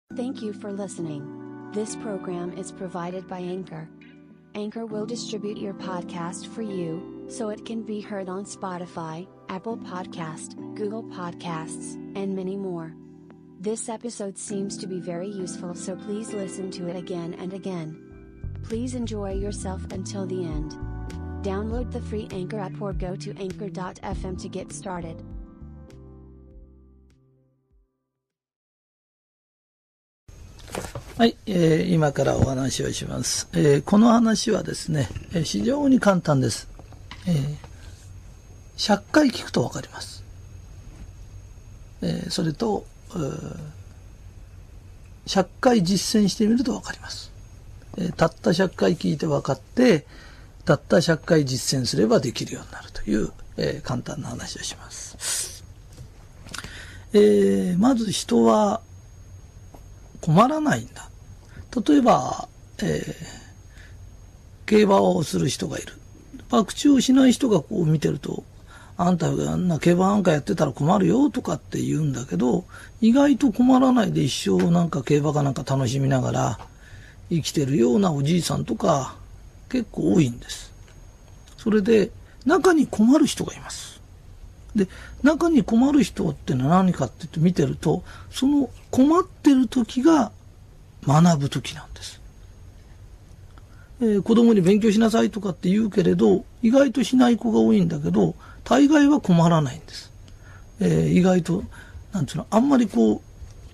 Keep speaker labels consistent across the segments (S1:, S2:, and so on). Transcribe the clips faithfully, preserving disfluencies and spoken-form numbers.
S1: Thank you for listening. This program is provided by Anchor. Anchor will distribute your podcast for you, so it can be heard on Spotify, Apple Podcast, Google Podcasts, and many more. This episode seems to be very useful, so please listen to it again and again. Please enjoy yourself until the end. Download the free Anchor app or go to anchor dot f m to get started.
S2: はい、えー、今からお話をします、えー。この話はですね、えー、非常に簡単です。えー、ひゃっかい聞くとわかります。えー、それと、ひゃっかい実践してみるとわかります。えー、たったひゃっかい聞いて分かって、たったひゃっかい実践すればできるようになるという、えー、簡単な話をします。えー、まず人は困らないんだ。例えば、えー、競馬をする人がいる。博打をしない人がこう見てると、あんたがあんな競馬なんかやってたら困るよとかって言うんだけど、意外と困らないで一生なんか競馬かなんか楽しみながら生きてるようなおじいさんとか結構多いんです。それで中に困る人がいます。で、中に困る人ってのは何かって言って見てると、その困ってる時が学ぶ時なんです。えー、子供に勉強しなさいとかって言うけれど、意外としない子が多いんだけど、大概は困らないんです。えー、意外と、なんていうの、あんまりこう、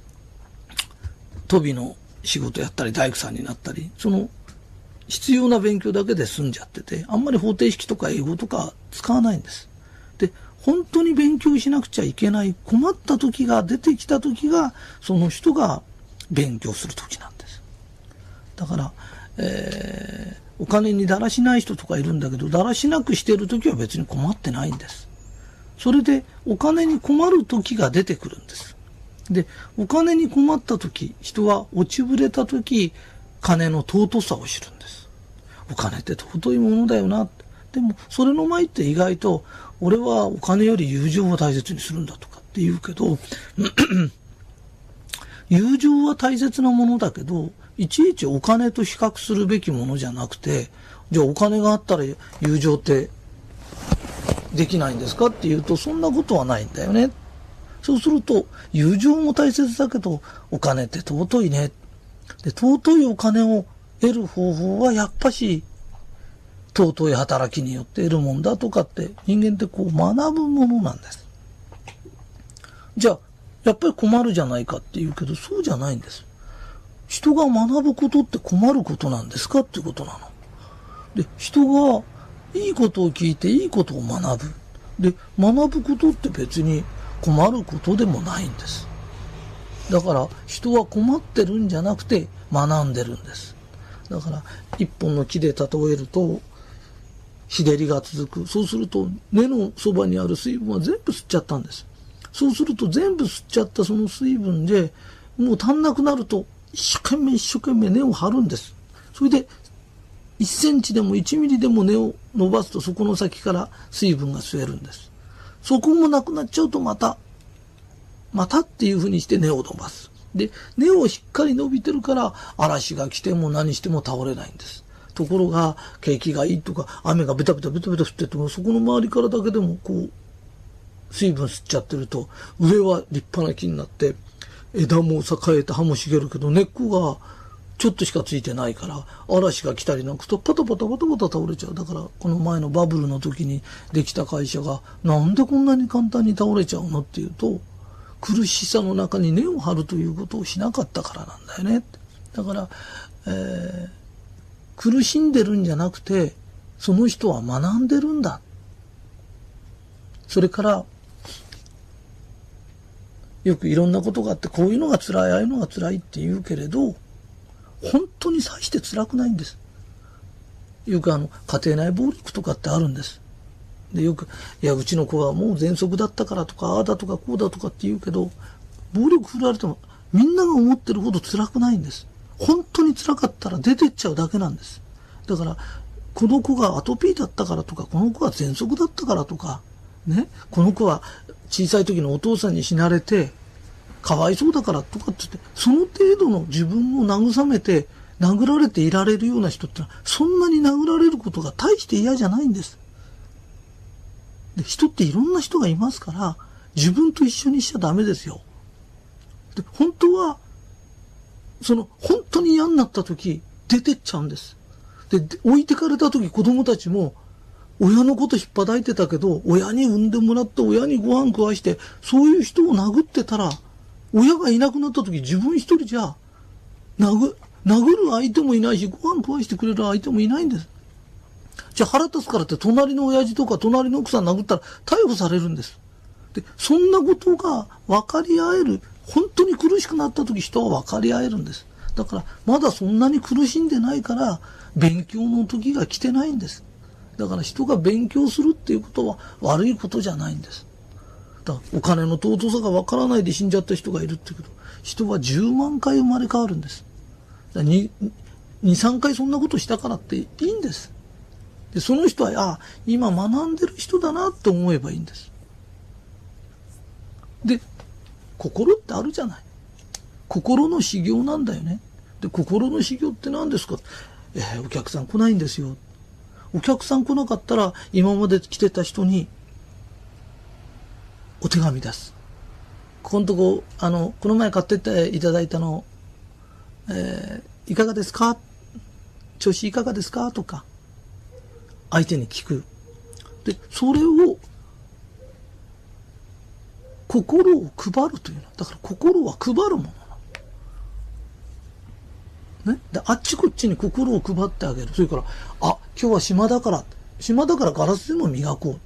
S2: 飛びの仕事やったり大工さんになったり、その必要な勉強だけで済んじゃってて、あんまり方程式とか英語とか使わないんです。で、本当に勉強しなくちゃいけない困った時が出てきた時が、その人が勉強する時なんです。だから、えー、お金にだらしない人とかいるんだけど、だらしなくしてる時は別に困ってないんです。それでお金に困る時が出てくるんです。で、お金に困った時、人は落ちぶれた時、金の尊さを知るんです。お金って尊いものだよな。でも、それの前って意外と、俺はお金より友情を大切にするんだとかって言うけど、友情は大切なものだけど、いちいちお金と比較するべきものじゃなくて、じゃあお金があったら友情ってできないんですかって言うと、そんなことはないんだよね。そうすると、友情も大切だけど、お金って尊いね。で、尊いお金を得る方法はやっぱし、尊い働きによって得るもんだとかって、人間ってこう学ぶものなんです。じゃあ、やっぱり困るじゃないかって言うけど、そうじゃないんです。人が学ぶことって困ることなんですかっていうことなの。で、人がいいことを聞いていいことを学ぶ。で、学ぶことって別に困ることでもないんです。だから人は困ってるんじゃなくて学んでるんです。だから一本の木で例えると、日照りが続く。そうすると根のそばにある水分は全部吸っちゃったんです。そうすると全部吸っちゃったその水分でもう足んなくなると一生懸命一生懸命根を張るんです。それでいっセンチでもいちミリでも根を伸ばすとそこの先から水分が吸えるんです。そこもなくなっちゃうとまた、またっていうふうにして根を伸ばす。で、根をしっかり伸びてるから嵐が来ても何しても倒れないんです。ところが景気がいいとか雨がベタベタベタベタ降っててもそこの周りからだけでもこう水分吸っちゃってると上は立派な木になって枝も栄えて葉も茂るけど根っこがちょっとしかついてないから嵐が来たりなんかとパタパタパタパタ倒れちゃう。だからこの前のバブルの時にできた会社がなんでこんなに簡単に倒れちゃうのっていうと苦しさの中に根を張るということをしなかったからなんだよね。だから、えー、苦しんでるんじゃなくてその人は学んでるんだ。それからよくいろんなことがあってこういうのが辛いああいうのが辛いって言うけれど本当にさして辛くないんです。よくあの家庭内暴力とかってあるんです。でよくいやうちの子はもう喘息だったからとかああだとかこうだとかって言うけど暴力振られてもみんなが思ってるほど辛くないんです。本当に辛かったら出てっちゃうだけなんです。だからこの子がアトピーだったからとかこの子が喘息だったからとかねこの子は小さい時のお父さんに死なれてかわいそうだからとかって言って、その程度の自分を慰めて、殴られていられるような人ってのは、そんなに殴られることが大して嫌じゃないんです。で、人っていろんな人がいますから、自分と一緒にしちゃダメですよ。で、本当は、その、本当に嫌になった時、出てっちゃうんです。で、で置いてかれた時、子供たちも、親のこと引っ叩いてたけど、親に産んでもらって、親にご飯食わして、そういう人を殴ってたら、親がいなくなった時、自分一人じゃ、殴、殴る相手もいないし、ご飯食わしてくれる相手もいないんです。じゃあ腹立つからって、隣の親父とか隣の奥さん殴ったら、逮捕されるんです。で、そんなことが分かり合える、本当に苦しくなった時、人は分かり合えるんです。だから、まだそんなに苦しんでないから、勉強の時が来てないんです。だから人が勉強するっていうことは悪いことじゃないんです。だからお金の尊さがわからないで死んじゃった人がいるっていうけど、人はじゅうまんかい生まれ変わるんです。だからに、に、さんかいそんなことしたからっていいんです。で、その人は、あ、今学んでる人だなって思えばいいんです。で、心ってあるじゃない。心の修行なんだよね。で、心の修行って何ですか？えー、お客さん来ないんですよ。お客さん来なかったら、今まで来てた人に、お手紙出す。ここのとこ、あの、この前買ってっていただいたの、えー、いかがですか？調子いかがですか？とか、相手に聞く。で、それを、心を配るというの。だから心は配るもの。ね、であっちこっちに心を配ってあげる。それから、あ、今日は暇だから、暇だからガラスでも磨こ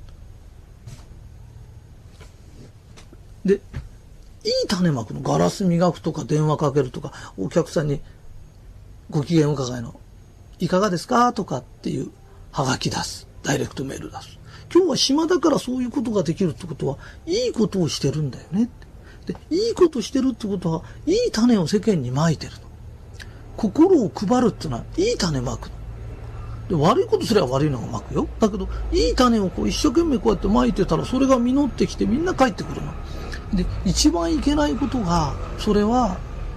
S2: う。で、いい種まくの。ガラス磨くとか電話かけるとか、お客さんにご機嫌伺いの、いかがですかとかっていうハガキ出す。ダイレクトメール出す。今日は暇だからそういうことができるってことは、いいことをしてるんだよね。で、いいことしてるってことは、いい種を世間にまいてるの。心を配るっていうのは、いい種まくの。で、悪いことすれば悪いのがまくよ。だけど、いい種をこう一生懸命こうやってまいてたら、それが実ってきてみんな帰ってくるの。で、一番いけないことが、それは、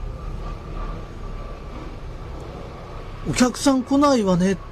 S2: お客さん来ないわねって、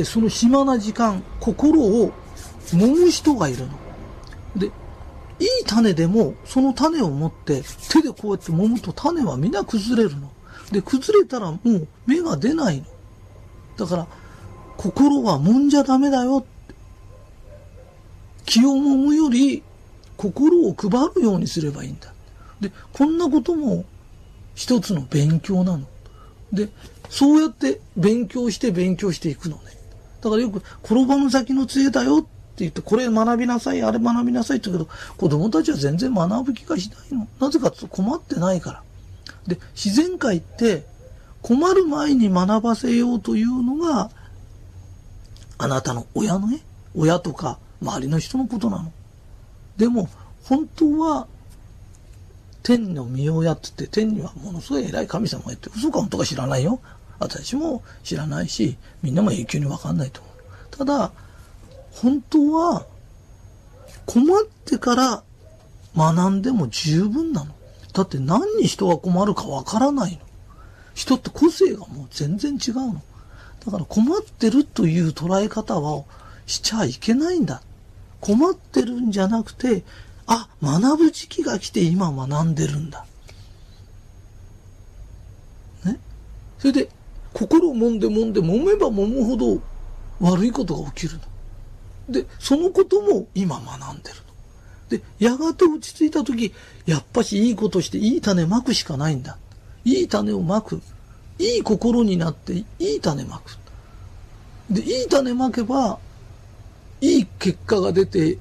S2: その暇な時間、心を揉む人がいるの。で、いい種でも、その種を持って、手でこうやって揉むと種はみんな崩れるの。で、崩れたらもう芽が出ないの。だから、心は揉んじゃダメだよって。気を揉むより、心を配るようにすればいいんだ。で、こんなことも一つの勉強なの。で、そうやって勉強して勉強していくのね。だからよく、転ばぬ先の杖だよって言って、これ学びなさい、あれ学びなさいって言うけど、子供たちは全然学ぶ気がしないの。なぜかというと困ってないから。で、自然界って困る前に学ばせようというのがあなたの親のね、親とか周りの人のことなの。でも本当は天の御親って言って、天にはものすごい偉い神様がいて、嘘か本当か知らないよ。私も知らないし、みんなも永久に分かんないと思う。ただ本当は困ってから学んでも十分なの。だって何に人が困るかわからないの。人って個性がもう全然違うの。だから困ってるという捉え方はしちゃいけないんだ。困ってるんじゃなくて、あ、学ぶ時期が来て今学んでるんだ。ね。それで心を揉んで揉んで揉めば揉むほど悪いことが起きるの。で、そのことも今学んでるの。で、やがて落ち着いたとき、やっぱしいいことしていい種まくしかないんだ。いい種をまく。いい心になっていい種まく。で、いい種まけば、いい結果が出て、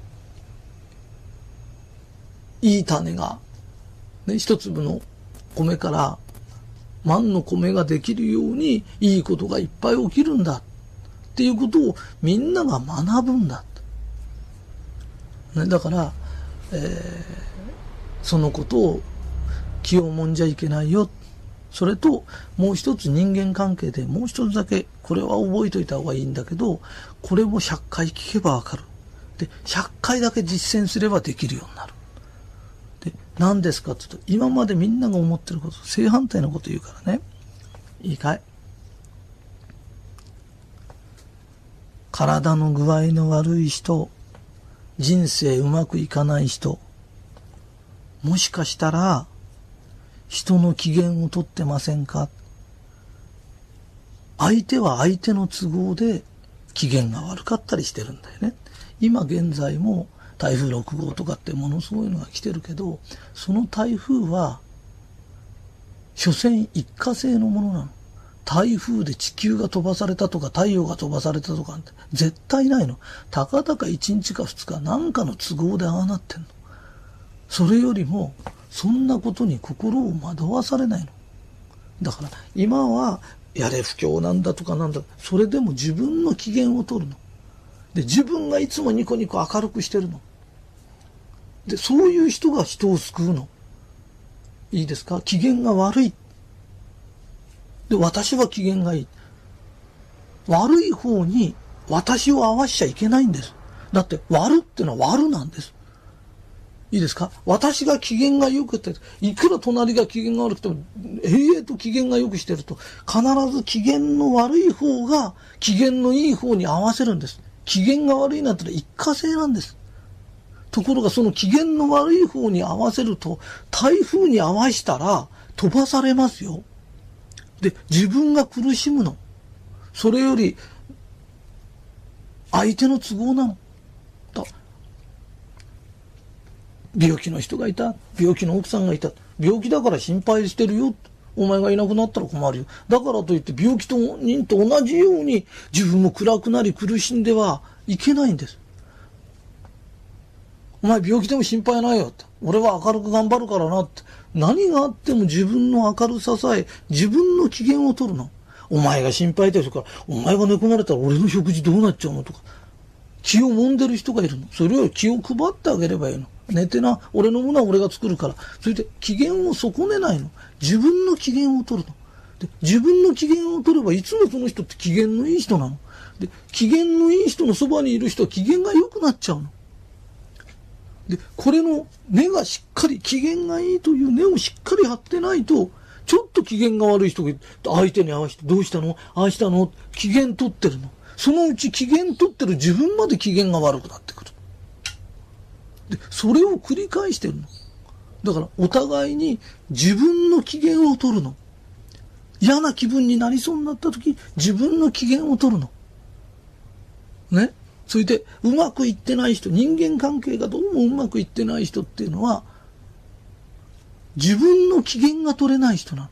S2: いい種が、ね、一粒の米から万の米ができるように、いいことがいっぱい起きるんだ。っていうことをみんなが学ぶんだ。ね、だから、えー、そのことを気をもんじゃいけないよ。それともう一つ人間関係でもう一つだけこれは覚えといた方がいいんだけど、これもひゃっかい聞けばわかる。で、ひゃっかいだけ実践すればできるようになる。で、 何ですかって言うと、今までみんなが思ってること、正反対のこと言うからね。いいかい？体の具合の悪い人、人生うまくいかない人、もしかしたら、人の機嫌をとってませんか？相手は相手の都合で機嫌が悪かったりしてるんだよね。今現在も台風ろくごうとかってものすごいのが来てるけど、その台風は、所詮一過性のものなの。台風で地球が飛ばされたとか太陽が飛ばされたとかって絶対ないの。たかだかいちにちかふつか何かの都合でああなってんの。それよりもそんなことに心を惑わされないの。だから今はやれ不況なんだとかなんだ、それでも自分の機嫌を取るの。で、自分がいつもニコニコ明るくしてるの。で、そういう人が人を救うの。いいですか？機嫌が悪い。で、私は機嫌がいい。悪い方に私を合わしちゃいけないんです。だって悪ってのは悪なんです。いいですか？私が機嫌が良くて、いくら隣が機嫌が悪くても、永遠と機嫌が良くしてると、必ず機嫌の悪い方が機嫌のいい方に合わせるんです。機嫌が悪いなんてのは一過性なんです。ところがその機嫌の悪い方に合わせると、台風に合わしたら飛ばされますよ。で、自分が苦しむの。それより、相手の都合なの。だ病気の人がいた。病気の奥さんがいた。病気だから心配してるよ。お前がいなくなったら困るよ。だからといって病気と人と同じように自分も暗くなり苦しんではいけないんです。お前病気でも心配ないよって。俺は明るく頑張るからなって。何があっても自分の明るささえ、自分の機嫌を取るの。お前が心配だよとか、お前が寝込まれたら俺の食事どうなっちゃうのとか。気を揉んでる人がいるの。それを気を配ってあげればいいの。寝てな、俺のものは俺が作るから。それで機嫌を損ねないの。自分の機嫌を取るの。で、自分の機嫌を取ればいつもその人って機嫌のいい人なの。で、機嫌のいい人のそばにいる人は機嫌が良くなっちゃうの。で、これの根がしっかり、機嫌がいいという根をしっかり張ってないと、ちょっと機嫌が悪い人が相手に合わせて、どうしたの？ああしたの？機嫌取ってるの。そのうち機嫌取ってる自分まで機嫌が悪くなってくる。で、それを繰り返してるの。だからお互いに自分の機嫌を取るの。嫌な気分になりそうになった時、自分の機嫌を取るの。ね。それで、うまくいってない人、人間関係がどうもうまくいってない人っていうのは、自分の機嫌が取れない人なの。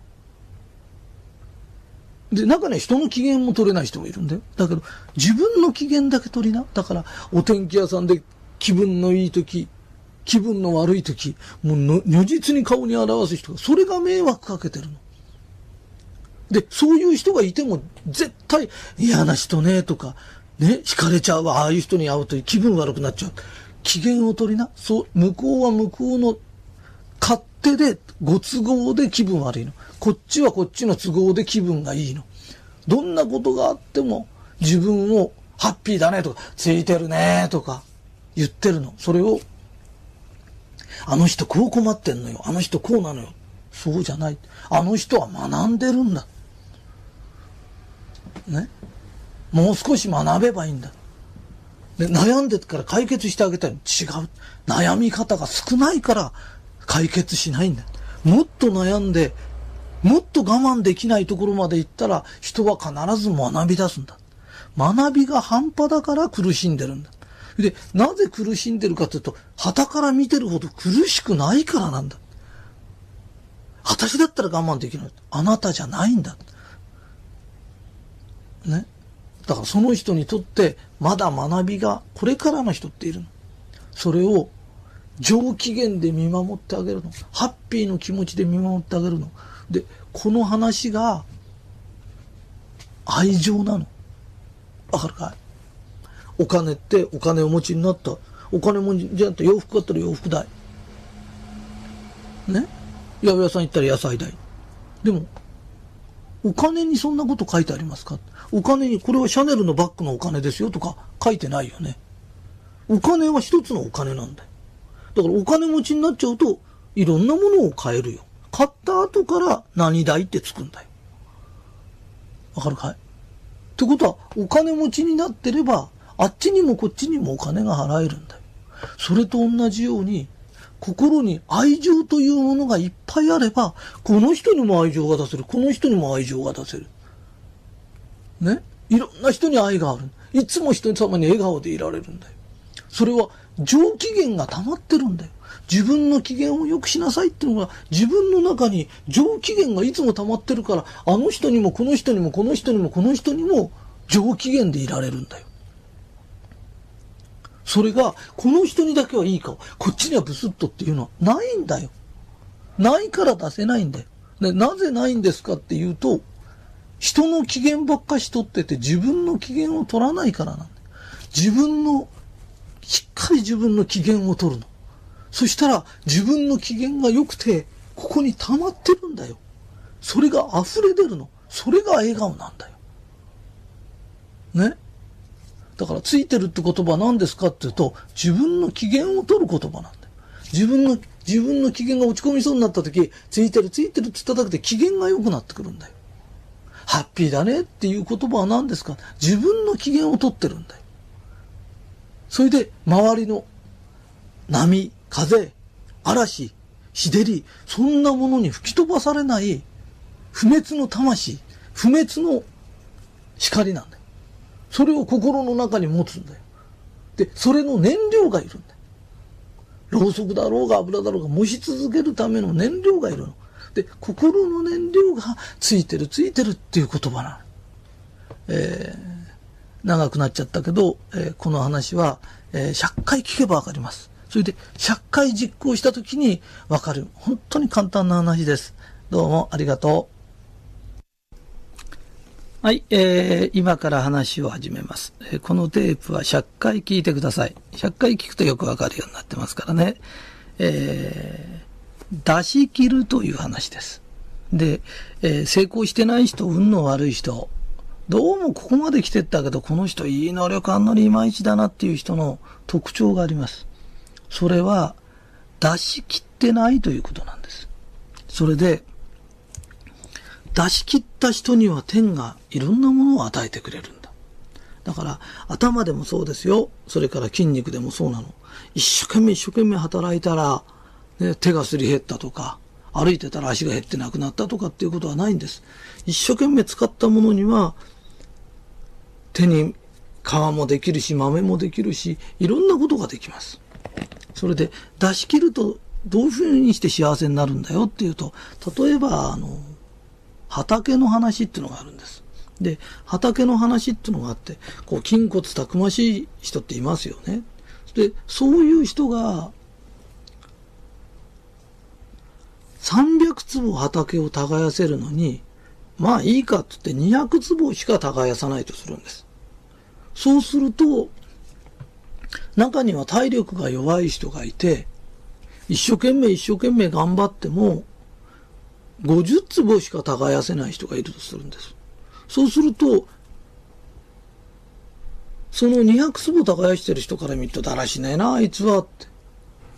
S2: で、中には人の機嫌も取れない人もいるんだよ。だけど、自分の機嫌だけ取りな。だから、お天気屋さんで気分のいい時、気分の悪い時、もうの如実に顔に表す人が、それが迷惑かけてるの。で、そういう人がいても、絶対嫌な人ね、とか、ね、惹かれちゃうわ。ああいう人に会うと気分悪くなっちゃう。機嫌を取りな。そう、向こうは向こうの勝手で、ご都合で気分悪いの。こっちはこっちの都合で気分がいいの。どんなことがあっても、自分をハッピーだねとか、ついてるねとか言ってるの。それを、あの人こう困ってんのよ。あの人こうなのよ。そうじゃない。あの人は学んでるんだ。ね。もう少し学べばいいんだ。で、悩んでから解決してあげたいの。違う。悩み方が少ないから解決しないんだ。もっと悩んで、もっと我慢できないところまで行ったら人は必ず学び出すんだ。学びが半端だから苦しんでるんだ。で、なぜ苦しんでるかというと、傍から見てるほど苦しくないからなんだ。私だったら我慢できない。あなたじゃないんだ。ね。だからその人にとってまだ学びがこれからの人っているの。それを上機嫌で見守ってあげるの。ハッピーの気持ちで見守ってあげるの。で、この話が愛情なの。わかるかい？お金ってお金をお持ちになった。お金もじゃなくて洋服買ったら洋服代。ね？八百屋さん行ったら野菜代。でも、お金にそんなこと書いてありますか？お金に、これはシャネルのバッグのお金ですよとか書いてないよね。お金は一つのお金なんだよ。だからお金持ちになっちゃうと、 いろんなものを買えるよ。買った後から何代ってつくんだよ。わかるかい？ってことは、お金持ちになってれば、あっちにもこっちにもお金が払えるんだよ。それと同じように、心に愛情というものがいっぱいあれば、この人にも愛情が出せる、この人にも愛情が出せる。ね？いろんな人に愛がある。いつも人様に笑顔でいられるんだよ。それは上機嫌が溜まってるんだよ。自分の機嫌を良くしなさいっていうのが自分の中に上機嫌がいつも溜まってるから、あの人にもこの人にもこの人にもこの人にも上機嫌でいられるんだよ。それがこの人にだけはいい顔、こっちにはブスッとっていうのはないんだよ。ないから出せないんだよ。で、なぜないんですかっていうと、人の機嫌ばっかし取ってて自分の機嫌を取らないからなんだよ。自分のしっかり自分の機嫌を取るの。そしたら自分の機嫌が良くて、ここに溜まってるんだよ。それが溢れ出るの。それが笑顔なんだよ。ね。だからついてるって言葉は何ですかっていうと、自分の機嫌を取る言葉なんだよ。自分の、自分の機嫌が落ち込みそうになった時、ついてるついてるって言っただけで機嫌が良くなってくるんだよ。ハッピーだねっていう言葉は何ですか？自分の機嫌を取ってるんだよ。それで周りの波、風、嵐、日照り、そんなものに吹き飛ばされない不滅の魂、不滅の光なんだよ。それを心の中に持つんだよ。で、それの燃料がいるんだよ。ろうそくだろうが油だろうが燃し続けるための燃料がいるの。で、心の燃料がついてるついてるっていう言葉なの。えー、長くなっちゃったけど、えー、この話は、えー、ひゃっかい聞けばわかります。それでひゃっかい実行したときにわかる。本当に簡単な話です。どうもありがとう。はい、えー、今から話を始めます。えー、このテープはひゃっかい聞いてください。ひゃっかい聞くとよくわかるようになってますからね。えー、出し切るという話です。で、えー、成功してない人、運の悪い人、どうもここまで来てったけど、この人いい能力あんのにいまいちだなっていう人の特徴があります。それは、出し切ってないということなんです。それで、出し切った人には天がいろんなものを与えてくれるんだ。だから、頭でもそうですよ。それから筋肉でもそうなの。一生懸命一生懸命働いたら、ね、手がすり減ったとか、歩いてたら足が減ってなくなったとかっていうことはないんです。一生懸命使ったものには、手に皮もできるし、豆もできるし、いろんなことができます。それで、出し切るとどういうふうにして幸せになるんだよっていうと、例えば、あの、畑の話っていうのがあるんです。で、畑の話っていうのがあって、こう、筋骨たくましい人っていますよね。で、そういう人が、さんびゃくつぼ畑を耕せるのに、まあいいかって言ってにひゃくつぼしか耕さないとするんです。そうすると、中には体力が弱い人がいて、一生懸命一生懸命頑張っても、ごじゅっつぼしか耕せない人がいるとするんです。そうすると、そのにひゃくつぼ耕してる人から見るとだらしねえな、あいつはって。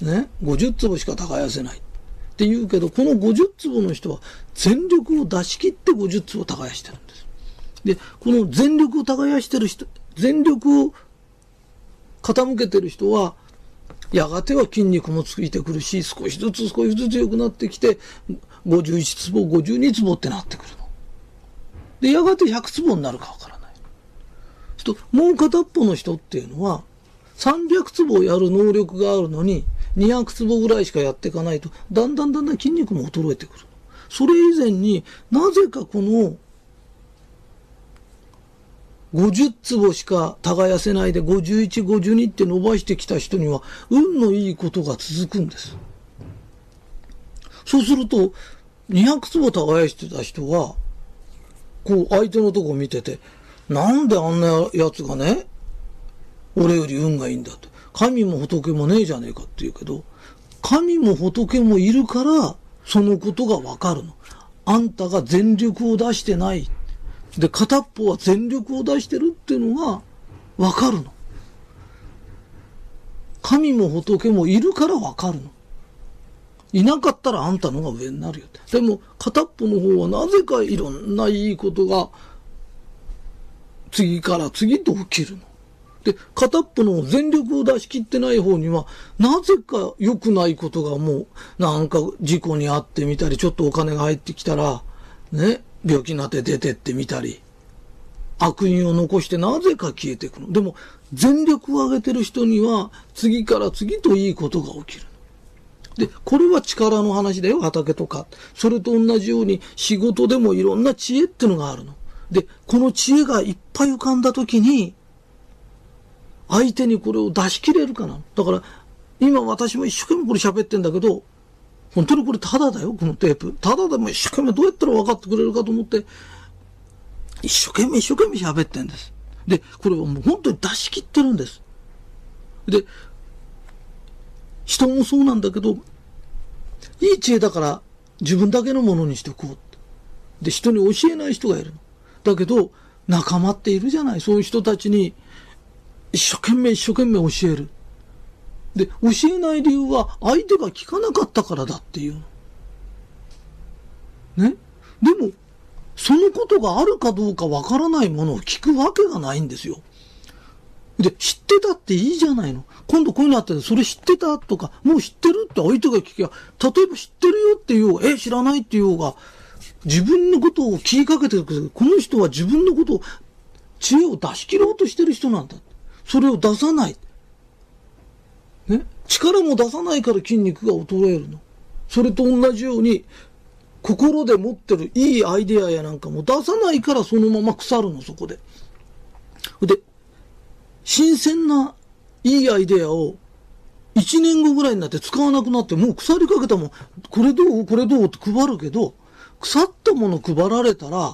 S2: ね。ごじゅっつぼしか耕せない。って言うけど、このごじゅっつぼの人は全力を出し切ってごじゅっつぼ耕してるんです。で、この全力を耕してる人、全力を傾けてる人は、やがては筋肉もついてくるし、少しずつ少しずつ良くなってきて、ごじゅういちつぼ、ごじゅうにつぼってなってくるの。で、やがてひゃくつぼになるかわからない。と、もう片っぽの人っていうのは、さんびゃくつぼをやる能力があるのに、にひゃくつぼぐらいしかやっていかないと、だんだんだんだん筋肉も衰えてくる。それ以前になぜかこの、ごじゅっつぼしか耕せないでごじゅういち、ごじゅうにって伸ばしてきた人には、運のいいことが続くんです。そうすると、にひゃくつぼ耕してた人は、こう相手のとこ見てて、なんであんなやつがね、俺より運がいいんだって。神も仏もねえじゃねえかって言うけど、神も仏もいるから、そのことがわかるの。あんたが全力を出してない。で、片っぽは全力を出してるっていうのがわかるの。神も仏もいるからわかるの。 いなかったらあんたのが上になるよって。でも片っぽの方はなぜかいろんないいことが次から次と起きるの。で、片っぽの全力を出し切ってない方には、なぜか良くないことがもう、なんか事故に遭ってみたり、ちょっとお金が入ってきたら、ね、病気になって出てってみたり、悪因を残してなぜか消えていくの。でも、全力を上げてる人には、次から次といいことが起きる。で、これは力の話だよ、畑とか。それと同じように、仕事でもいろんな知恵ってのがあるの。で、この知恵がいっぱい浮かんだときに、相手にこれを出し切れるかな。だから、今私も一生懸命これ喋ってんだけど、本当にこれタダだよ、このテープ。タダでも一生懸命どうやったら分かってくれるかと思って、一生懸命一生懸命喋ってんです。で、これはもう本当に出し切ってるんです。で、人もそうなんだけど、いい知恵だから自分だけのものにしておこうって。で、人に教えない人がいるの。だけど、仲間っているじゃない。そういう人たちに、一生懸命一生懸命教える。で、教えない理由は相手が聞かなかったからだっていうの。ね。でも、そのことがあるかどうかわからないものを聞くわけがないんですよ。で、知ってたっていいじゃないの。今度こういうのあったら、それ知ってたとか、もう知ってるって相手が聞きゃ、例えば知ってるよって言おうが、え、知らないって言おうが、自分のことを気にかけてるけど、この人は自分のことを、知恵を出し切ろうとしてる人なんだ。それを出さない。ね。力も出さないから筋肉が衰えるの。それと同じように、心で持ってるいいアイデアやなんかも出さないからそのまま腐るの、そこで。で、新鮮ないいアイデアを一年後ぐらいになって使わなくなって、もう腐りかけたもん、これどうこれどうって配るけど、腐ったもの配られたら、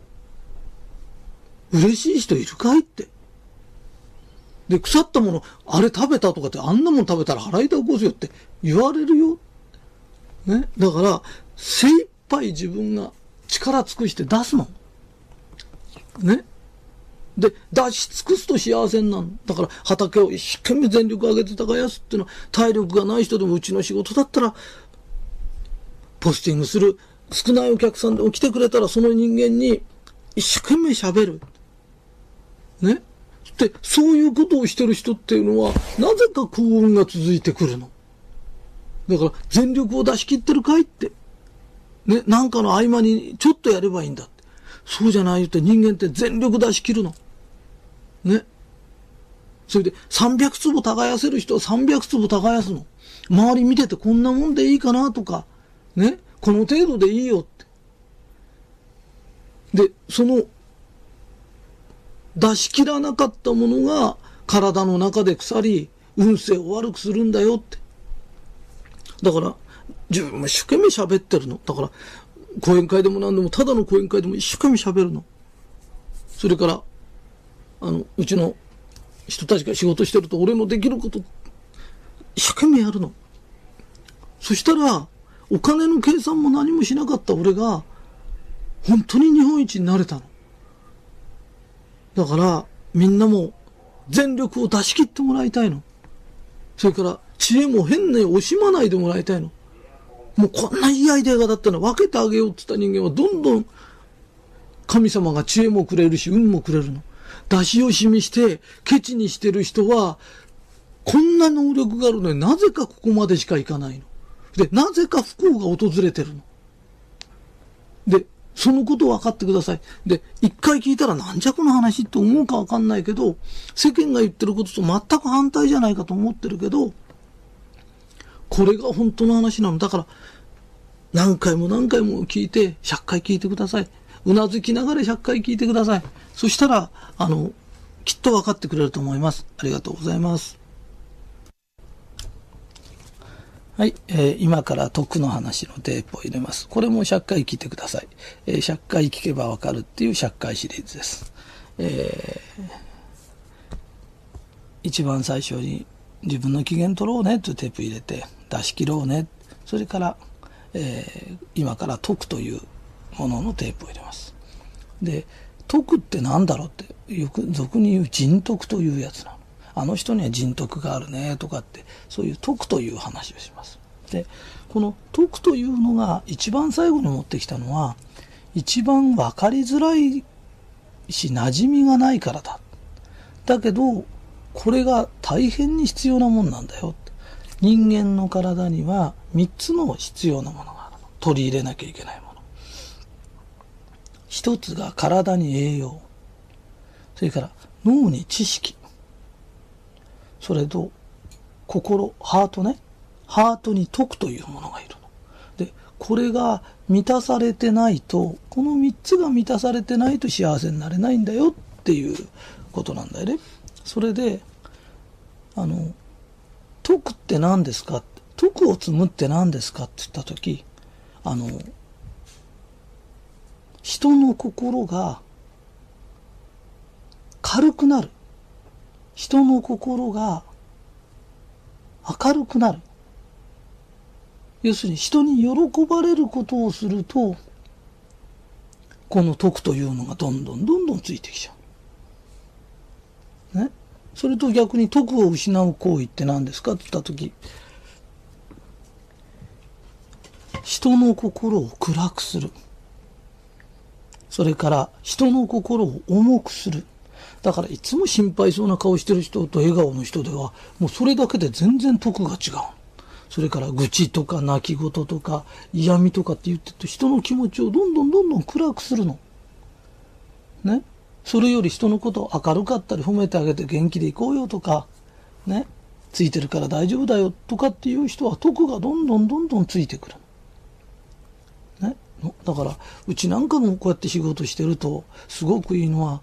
S2: 嬉しい人いるかいって。で、腐ったもの、あれ食べたとかって、あんなもん食べたら腹痛起こすよって言われるよ。ね。だから、精一杯自分が力尽くして出すの。ね。で、出し尽くすと幸せになる。だから、畑を一生懸命全力上げて耕すっていうのは、体力がない人でもうちの仕事だったら、ポスティングする。少ないお客さんでも来てくれたら、その人間に一生懸命喋る。ね。で、そういうことをしてる人っていうのは、なぜか幸運が続いてくるの。だから、全力を出し切ってるかいって。ね、なんかの合間にちょっとやればいいんだって。そうじゃないって、人間って全力出し切るの。ね。それで、さんびゃくつぼ耕せる人はさんびゃくつぼ耕すの。周り見ててこんなもんでいいかなとか、ね。この程度でいいよって。で、その、出し切らなかったものが体の中で腐り、運勢を悪くするんだよって。だから、自分も一生懸命喋ってるの。だから、講演会でも何でも、ただの講演会でも一生懸命喋るの。それから、あの、うちの人たちが仕事してると、俺のできること、一生懸命やるの。そしたら、お金の計算も何もしなかった俺が、本当に日本一になれたの。だから、みんなも全力を出し切ってもらいたいの。それから、知恵も変に惜しまないでもらいたいの。もうこんないいアイデアがだったら分けてあげようって言った人間はどんどん神様が知恵もくれるし運もくれるの。出し惜しみしてケチにしてる人はこんな能力があるのになぜかここまでしかいかないの。で、なぜか不幸が訪れてるの。で、そのことを分かってください。で、一回聞いたらなんじゃこの話って思うか分かんないけど、世間が言ってることと全く反対じゃないかと思ってるけど、これが本当の話なの。だから、何回も何回も聞いて、ひゃっかい聞いてください。うなずきながらひゃっかい聞いてください。そしたら、あの、きっと分かってくれると思います。ありがとうございます。はい、えー、今から徳の話のテープを入れます。これもひゃっかい聞いてください。えー、ひゃっかい聞けば分かるっていうひゃっかいシリーズです。えー、一番最初に自分の機嫌取ろうねというテープ入れて出し切ろうね。それから、えー、今から徳というもののテープを入れます。で、徳って何だろうってよく俗に言う人徳というやつなの。あの人には人徳があるねとかって、そういう徳という話をします。で、 この徳というのが一番最後に持ってきたのは、一番分かりづらいし馴染みがないからだ。だけどこれが大変に必要なもんなんだよ。人間の体にはみっつの必要なものがあるの。取り入れなきゃいけないもの。一つが体に栄養、それから脳に知識、それと心、ハートね。ハートに徳というものがいるの。で、これが満たされてないと、このみっつが満たされてないと幸せになれないんだよっていうことなんだよね。それで、あの、徳って何ですか、徳を積むって何ですかって言ったとき、あの、人の心が軽くなる。人の心が明るくなる。要するに人に喜ばれることをすると、この徳というのがどんどんどんどんついてきちゃう。ね。それと逆に徳を失う行為って何ですかって言ったとき、人の心を暗くする。それから人の心を重くする。だからいつも心配そうな顔してる人と笑顔の人では、もうそれだけで全然徳が違う。それから愚痴とか泣き言とか嫌味とかって言ってると、人の気持ちをどんどんどんどん暗くするの。ね。それより人のことを明るかったり褒めてあげて元気でいこうよとか、ね。ついてるから大丈夫だよとかっていう人は徳がどんどんどんどんついてくる。ね。だからうちなんかもこうやって仕事してるとすごくいいのは、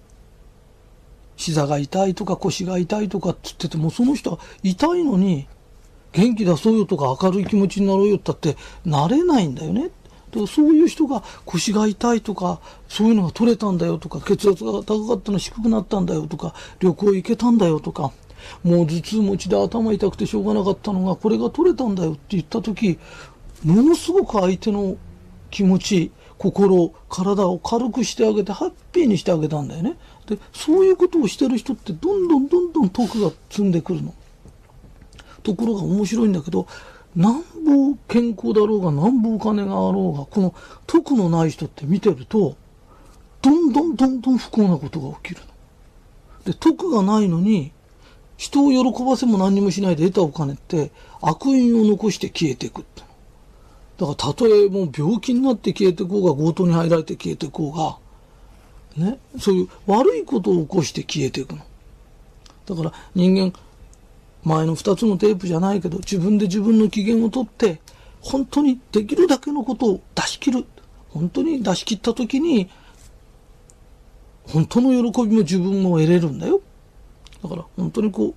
S2: 膝が痛いとか腰が痛いとかって言ってても、その人は痛いのに元気出そうよとか明るい気持ちになろうよってってなれないんだよね。だからそういう人が腰が痛いとかそういうのが取れたんだよとか、血圧が高かったの低くなったんだよとか、旅行行けたんだよとか、もう頭痛持ちで頭痛くてしょうがなかったのがこれが取れたんだよって言った時、ものすごく相手の気持ち、心、体を軽くしてあげてハッピーにしてあげたんだよね。で、そういうことをしてる人ってどんどんどんどん徳が積んでくるの。ところが面白いんだけど、なんぼ健康だろうがなんぼお金があろうが、この徳のない人って見てると、どんどんどんどん不幸なことが起きるの。で、徳がないのに、人を喜ばせも何にもしないで得たお金って悪因を残して消えていくって。だからたとえもう病気になって消えていこうが、強盗に入られて消えていこうが、ね、そういう悪いことを起こして消えていくの。だから人間、前の二つのテープじゃないけど、自分で自分の機嫌を取って、本当にできるだけのことを出し切る。本当に出し切った時に、本当の喜びも自分も得れるんだよ。だから本当にこう、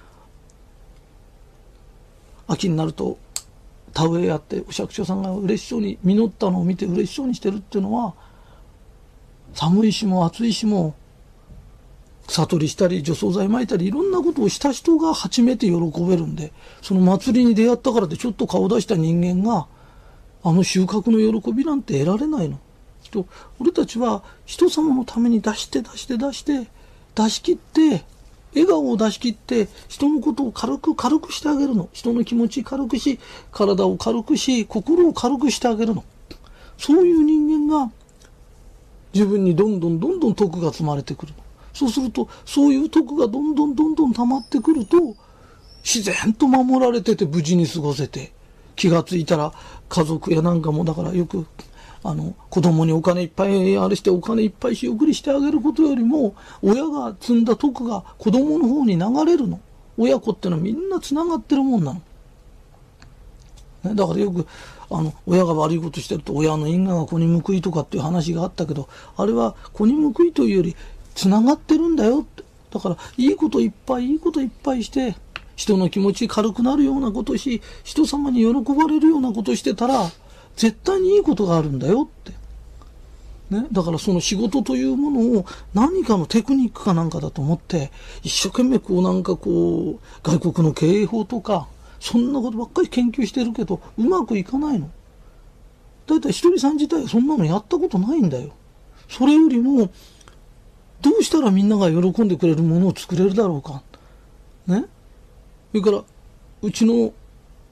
S2: 秋になると、田植えやってお百姓さんが嬉しそうに実ったのを見て嬉しそうにしてるっていうのは、寒い日も暑い日も草取りしたり除草剤撒いたりいろんなことをした人が初めて喜べるんで、その祭りに出会ったからでちょっと顔出した人間があの収穫の喜びなんて得られないの。と俺たちは人様のために出して出して出して出し切って笑顔を出し切って人のことを軽く軽くしてあげるの。人の気持ち軽くし、体を軽くし、心を軽くしてあげるの。そういう人間が自分にどんどんどんどん徳が積まれてくるの。そうするとそういう徳がどんどんどんどん溜まってくると、自然と守られてて無事に過ごせて、気がついたら家族やなんかもだからよくあの子供にお金いっぱいあれしてお金いっぱい仕送りしてあげることよりも、親が積んだ徳が子供の方に流れるの。親子ってのはみんなつながってるもんなの、ね、だからよくあの親が悪いことしてると親の因果が子に報いとかっていう話があったけど、あれは子に報いというよりつながってるんだよって。だからいいこといっぱいいいこといっぱいして人の気持ち軽くなるようなことし、人様に喜ばれるようなことしてたら絶対にいいことがあるんだよって。ね、だからその仕事というものを何かのテクニックかなんかだと思って、一生懸命こうなんかこう、外国の経営法とか、そんなことばっかり研究してるけど、うまくいかないの。だいたいひとりさん自体はそんなのやったことないんだよ。それよりも、どうしたらみんなが喜んでくれるものを作れるだろうか。ね。それから、うちの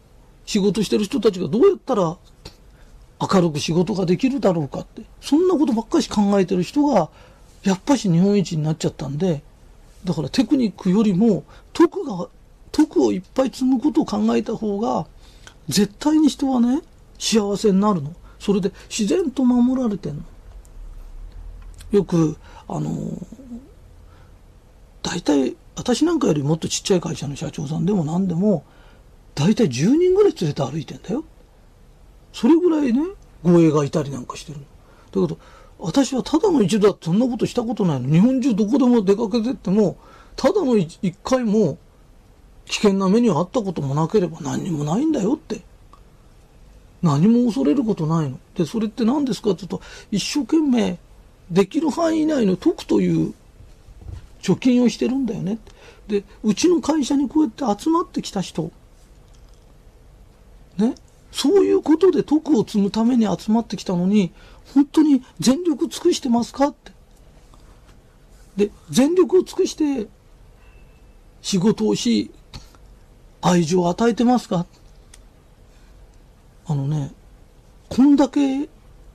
S2: 仕事してる人たちがどうやったら明るく仕事ができるだろうかって、そんなことばっかし考えてる人がやっぱし日本一になっちゃったんで、だからテクニックよりも徳が徳をいっぱい積むことを考えた方が絶対に人はね幸せになるの。それで自然と守られてんの。よくあの大体私なんかよりもっとちっちゃい会社の社長さんでも何でも大体じゅうにんぐらい連れて歩いてんだよ。それぐらいね護衛がいたりなんかしてるの。だけど私はただの一度だってそんなことしたことないの。日本中どこでも出かけてってもただの一回も危険な目にはあったこともなければ何にもないんだよって。何も恐れることないの。でそれって何ですかって言うと、一生懸命できる範囲以内の徳という貯金をしてるんだよね。でうちの会社にこうやって集まってきた人ね、そういうことで徳を積むために集まってきたのに本当に全力尽くしてますかって。で全力を尽くして仕事をし愛情を与えてますか。あのね、こんだけ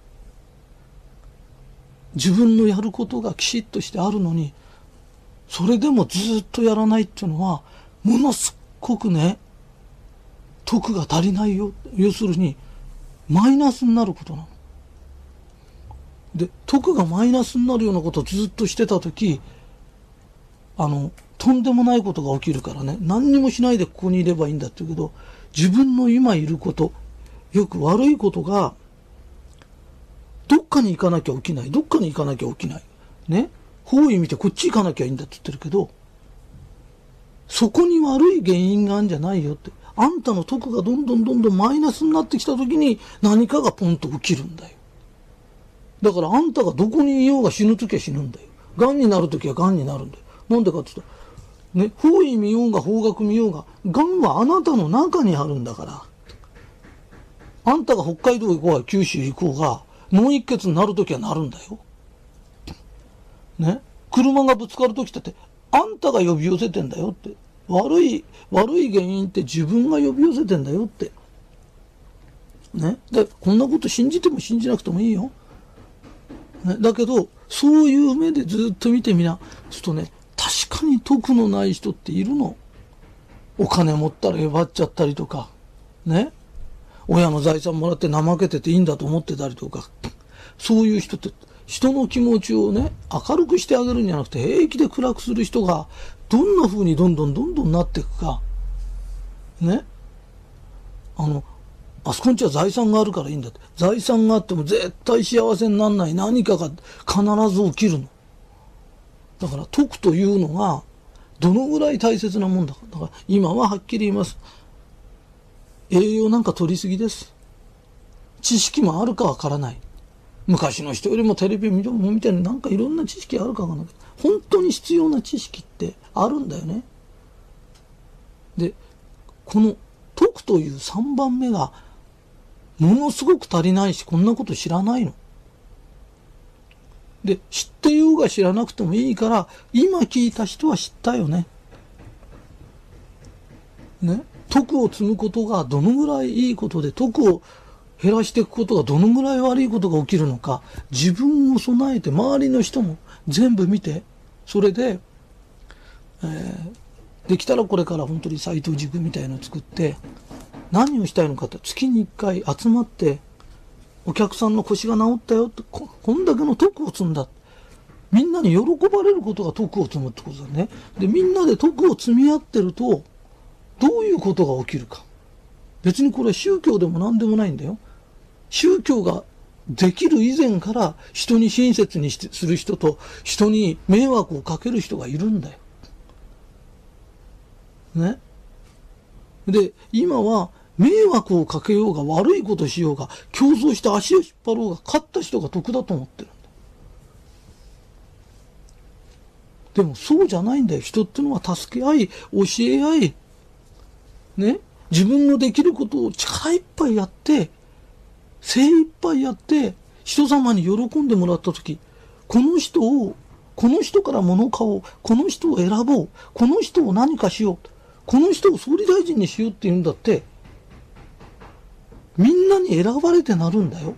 S2: 自分のやることがきちっとしてあるのにそれでもずっとやらないっていうのはものすごくね徳が足りないよ。要するにマイナスになることなの。で徳がマイナスになるようなことをずっとしてたとき、あのとんでもないことが起きるからね、何にもしないでここにいればいいんだって言うけど、自分の今いること、よく悪いことがどっかに行かなきゃ起きない、どっかに行かなきゃ起きないね、方位見てこっち行かなきゃいいんだって言ってるけど、そこに悪い原因があるんじゃないよって。あんたの徳がどんどんどんどんマイナスになってきたときに何かがポンと起きるんだよ。だからあんたがどこにいようが死ぬときは死ぬんだよ。癌になるときは癌になるんだよ。なんでかって言ったらね、方位見ようが方角見ようが癌はあなたの中にあるんだから。あんたが北海道行こうが九州行こうが脳一血になるときはなるんだよ。ね、車がぶつかるときだってあんたが呼び寄せてんだよって。悪い悪い原因って自分が呼び寄せてんだよってね。でこんなこと信じても信じなくてもいいよ、ね、だけどそういう目でずっと見てみな、ちょっとね確かに徳のない人っているの。お金持ったらえばっちゃったりとかね、親の財産もらって怠けてていいんだと思ってたりとか、そういう人って人の気持ちをね明るくしてあげるんじゃなくて平気で暗くする人がどんな風にどんどんどんどんなっていくかね。あのあそこんちは財産があるからいいんだって。財産があっても絶対幸せにならない何かが必ず起きるの。だから徳というのがどのぐらい大切なもんだか。だから今ははっきり言います。栄養なんか取りすぎです。知識もあるかわからない。昔の人よりもテレビ見てみたいになんかいろんな知識あるかわからない。本当に必要な知識ってあるんだよね。で、この徳というさんばんめがものすごく足りないし、こんなこと知らないの。で、知ってようが知らなくてもいいから、今聞いた人は知ったよね。ね。徳を積むことがどのぐらいいいことで、徳を減らしていくことがどのぐらい悪いことが起きるのか、自分を備えて周りの人も全部見て、それで、えー、できたらこれから本当に斎藤塾みたいのを作って、何をしたいのかって月にいっかい集まって、お客さんの腰が治ったよって、こ、こんだけの徳を積んだ。みんなに喜ばれることが徳を積むってことだね。で、みんなで徳を積み合ってると、どういうことが起きるか。別にこれは宗教でも何でもないんだよ。宗教ができる以前から人に親切にする人と人に迷惑をかける人がいるんだよ。ね。で、今は迷惑をかけようが悪いことしようが競争して足を引っ張ろうが勝った人が得だと思ってるんだ。でもそうじゃないんだよ。人ってのは助け合い、教え合い、ね。自分のできることを力いっぱいやって、精一杯やって、人様に喜んでもらったとき、この人を、この人から物を買おう、この人を選ぼう、この人を何かしよう、この人を総理大臣にしようって言うんだって、 みんなに選ばれてなるんだよ。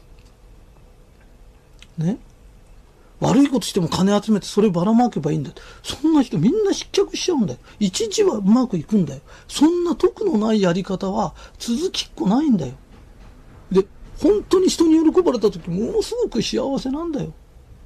S2: ね。悪いことしても金集めてそればらまけばいいんだよ。そんな人みんな失脚しちゃうんだよ。一時はうまくいくんだよ。そんな得のないやり方は続きっこないんだよ。で、本当に人に喜ばれた時ものすごく幸せなんだよ。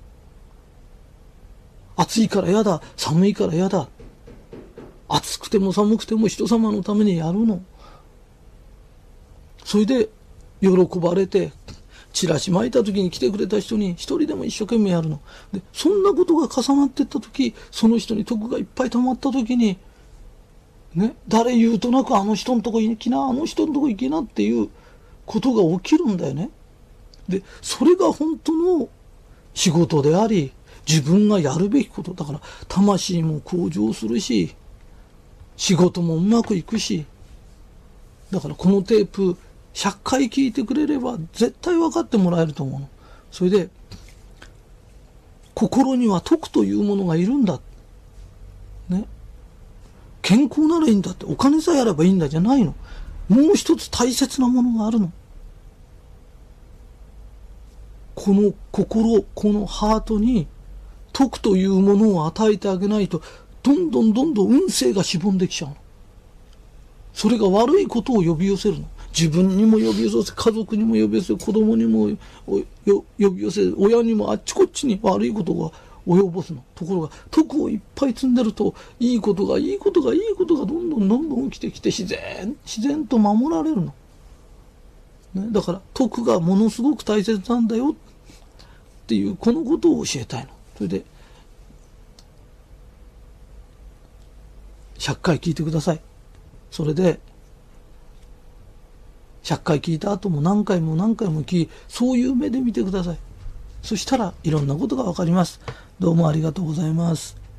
S2: 暑いからやだ、寒いからやだ。暑くても寒くても人様のためにやるの。それで喜ばれて、チラシ巻いた時に来てくれた人に一人でも一生懸命やるの。で、そんなことが重なっていった時、その人に徳がいっぱい溜まった時に、ね、誰言うとなくあの人のとこ行きな、あの人のとこ行きなっていうことが起きるんだよね。で、それが本当の仕事であり、自分がやるべきことだから、魂も向上するし、仕事もうまくいくし、だからこのテープ、ひゃっかい聞いてくれれば絶対分かってもらえると思うの。それで、心には徳というものがいるんだ。ね。健康ならいいんだって、お金さえあればいいんだじゃないの。もう一つ大切なものがあるの。この心、このハートに徳というものを与えてあげないと、どんどんどんどん運勢がしぼんできちゃうの。それが悪いことを呼び寄せるの。自分にも呼び寄せ、家族にも呼び寄せ、子供にも呼び寄せ、親にもあっちこっちに悪いことが及ぼすの。ところが、徳をいっぱい積んでると、いいことが、いいことが、いいことがどんどんどんどん起きてきて、自然、自然と守られるの。ね、だから、徳がものすごく大切なんだよっていう、このことを教えたいの。それで、ひゃっかい聞いてください。それで、ひゃっかい聞いた後も何回も何回も聞き、そういう目で見てください。そしたらいろんなことがわかります。どうもありがとうございます。